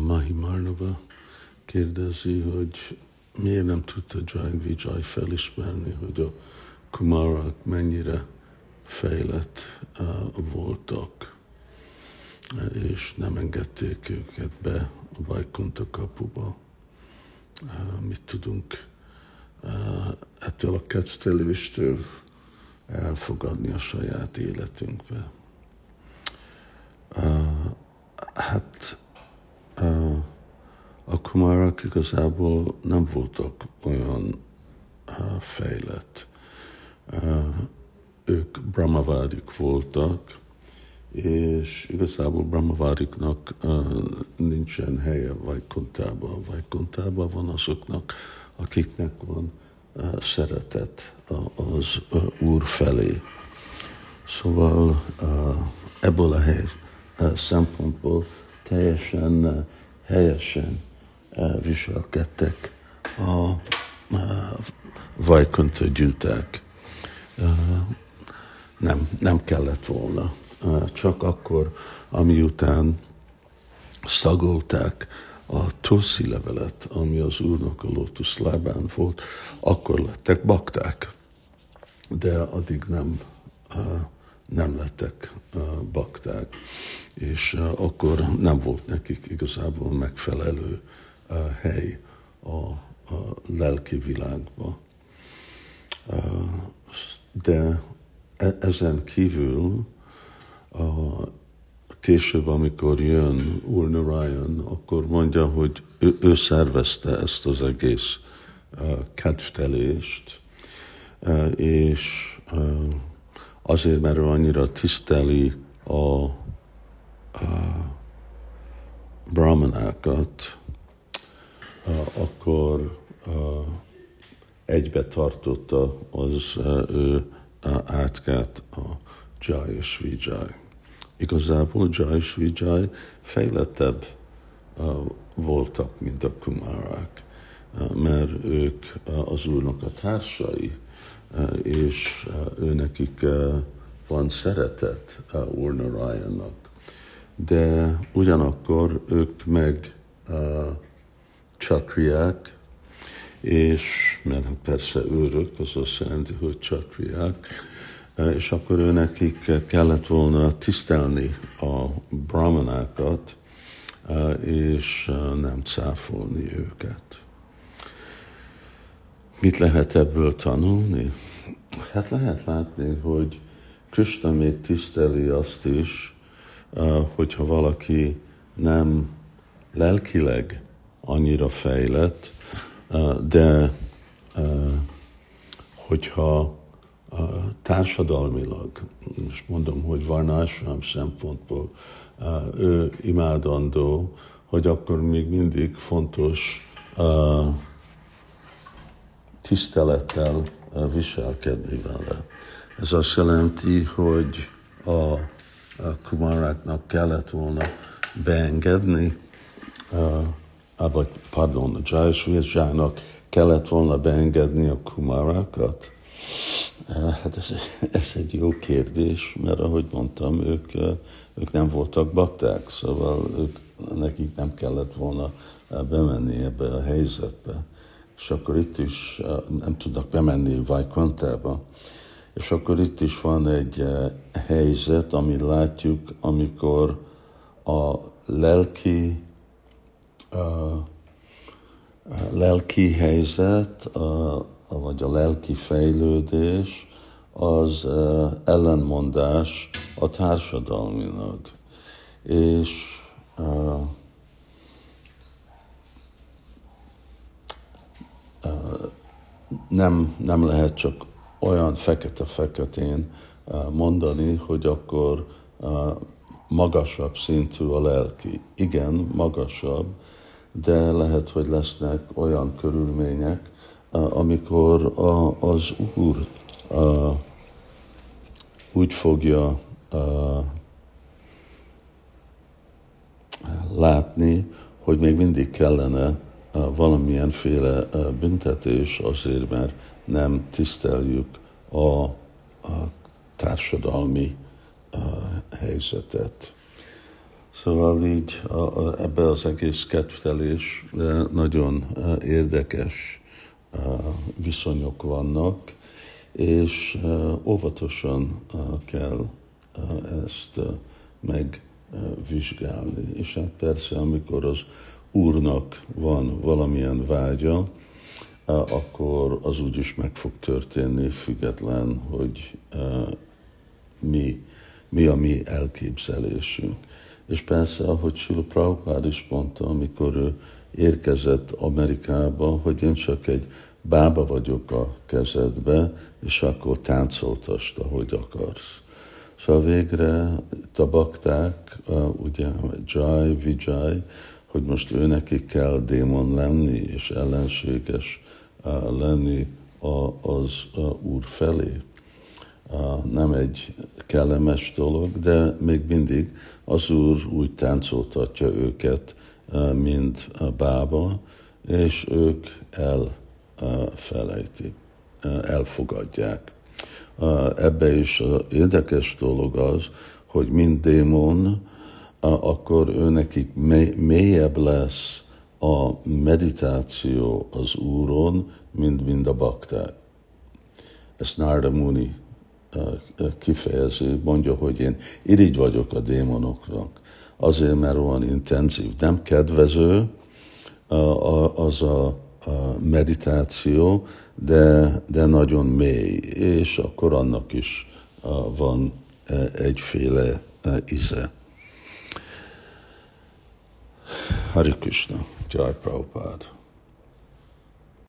Mahimarnava kérdezi, hogy miért nem tudta Jai Vijay felismerni, hogy a Kumarak mennyire fejlett voltak, és nem engedték őket be a Vaikunta kapuba. Mit tudunk ettől a kedvteléstől elfogadni a saját életünkbe? A Kumarak igazából nem voltak olyan fejlett. Ők brahmavádik voltak, és igazából brahmavádiknak nincsen helye Vaikuntában. Vaikuntában van azoknak, akiknek van szeretet az Úr felé. Szóval ebből a szempontból teljesen helyesen viselkedtek a Vaikunta gyűjtek. Nem kellett volna. Csak akkor, amiután szagolták a tulsi levelet, ami az Úrnak a lótusz lábán volt, akkor lettek bakták. De addig nem lettek bakták, és akkor nem volt nekik igazából megfelelő hely a lelki világba. De ezen kívül később, amikor jön Úr Narayan, akkor mondja, hogy ő szervezte ezt az egész kedvtelést, és azért, mert ő annyira tiszteli a brahmanákat, akkor egybe tartotta az ő átkát a Jai és Vijay. Igazából Jai és Vijay fejlettebb voltak, mint a Kumarák, mert ők az Úrnak a társai, és őnekik van szeretet Úr Narayannak. De ugyanakkor ők meg csatriák, és mert persze őrök, az azt jelenti, hogy csatriák, és akkor őnekik kellett volna tisztelni a brahmanákat, és nem cáfolni őket. Mit lehet ebből tanulni? Hát lehet látni, hogy Krishna még tiszteli azt is, hogyha valaki nem lelkileg annyira fejlett, de hogyha társadalmilag, most mondom, hogy varnásram szempontból ő imádandó, hogy akkor még mindig fontos tisztelettel viselkedni vele. Ez azt jelenti, hogy a Kumaráknak kellett volna beengedni, a Jai és Vijaynak kellett volna beengedni a Kumarákat. Hát ez egy jó kérdés, mert ahogy mondtam, ők nem voltak bakták, szóval nekik nem kellett volna bemenni ebbe a helyzetbe. És akkor itt is nem tudnak bemenni Vaikuntába. És akkor itt is van egy helyzet, amit látjuk, amikor a lelki helyzet, vagy a lelki fejlődés, az ellenmondás a társadalminak. És nem lehet csak olyan fekete-feketén mondani, hogy akkor magasabb szintű a lelki. Igen, magasabb, de lehet, hogy lesznek olyan körülmények, amikor az Úr úgy fogja látni, hogy még mindig kellene valamilyenféle büntetés azért, mert nem tiszteljük a társadalmi helyzetet. Szóval így ebbe az egész kedvtelés nagyon érdekes viszonyok vannak, és óvatosan kell ezt megvizsgálni. És hát persze, amikor az Úrnak van valamilyen vágya, akkor az úgyis meg fog történni, független, hogy mi a mi elképzelésünk. És persze, ahogy Srila Prabhupád is mondta, amikor ő érkezett Amerikába, hogy én csak egy bába vagyok a kezedbe, és akkor táncoltasd, ahogy akarsz. Szóval végre itt a bakták, ugye Jai, Vijay, hogy most őnekik kell démon lenni, és ellenséges lenni az Úr felé. Nem egy kellemes dolog, de még mindig az Úr úgy táncoltatja őket, mint a bába, és ők elfogadják. Ebbe is érdekes dolog az, hogy mint démon, akkor őnekik mélyebb lesz a meditáció az Úron, mint a bakták. Ezt Narada Muni kifejezi, mondja, hogy én irigy vagyok a démonoknak. Azért, mert olyan intenzív, nem kedvező az a meditáció, de nagyon mély, és akkor annak is van egyféle íze. Hare Krishna, Jai Prabhupada.